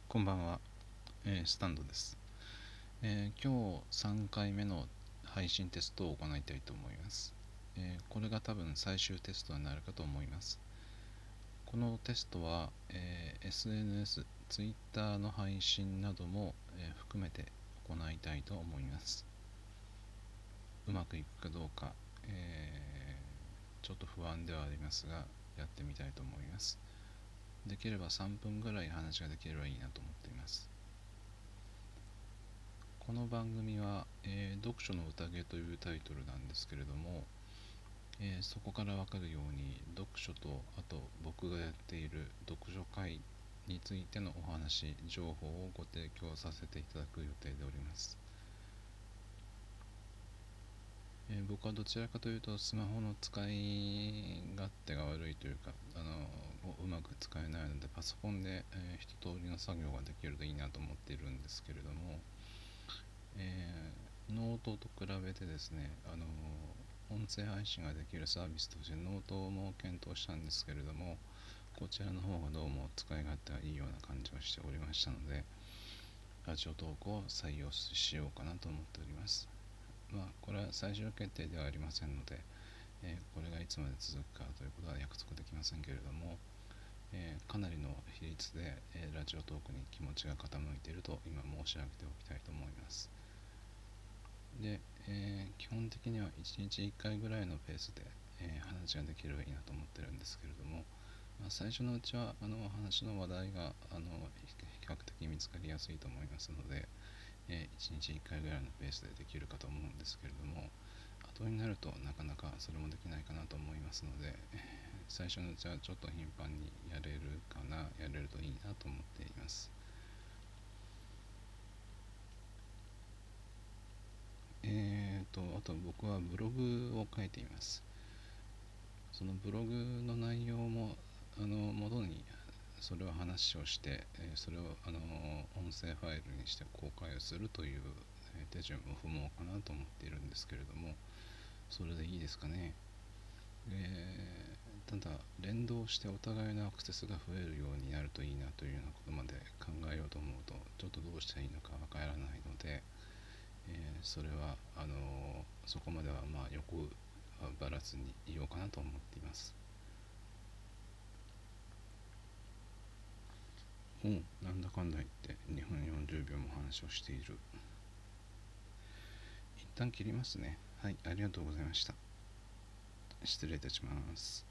こんばんは、スタンドです、今日3回目の配信テストを行いたいと思います、これが多分最終テストになるかと思います。このテストは、SNS、Twitter の配信なども、含めて行いたいと思います。うまくいくかどうか、ちょっと不安ではありますが、やってみたいと思います。できれば3分ぐらい話ができればいいなと思っています。この番組は、読書の宴というタイトルなんですけれども、そこからわかるように読書とあと僕がやっている読書会についてのお話情報をご提供させていただく予定でおります。僕はどちらかというとスマホの使い勝手が悪いというかうまく使えないのでパソコンで、一通りの作業ができるといいなと思っているんですけれども、ノートと比べてですね、音声配信ができるサービスとしてノートも検討したんですけれども、こちらの方がどうも使い勝手がいいような感じがしておりましたので、ラジオトークを採用しようかなと思っております。これは最終決定ではありませんので、これがいつまで続くかということは約束できませんけれども、かなりの比率で、ラジオトークに気持ちが傾いていると今申し上げておきたいと思います。で、基本的には1日1回ぐらいのペースで、話ができればいいなと思ってるんですけれども、最初のうちは話の話題が比較的見つかりやすいと思いますので、1日1回ぐらいのペースでできるかと思うんですけれども、後になるとなかなかそれもできないかなと思いますので、最初のうちはちょっと頻繁にやれるかな、やれるといいなと思っています。あと僕はブログを書いています。そのブログの内容も元にそれを話をして、それを音声ファイルにして公開をするという、手順を踏もうかなと思っているんですけれども、それでいいですかね。ただ連動してお互いのアクセスが増えるようになるといいなというようなことまで考えようと思うとちょっとどうしたらいいのかわからないので、それはそこまでは欲張らずにいようかなと思っています。なんだかんだ言って2分40秒も話をしている。一旦切りますね。はい、ありがとうございました。失礼いたします。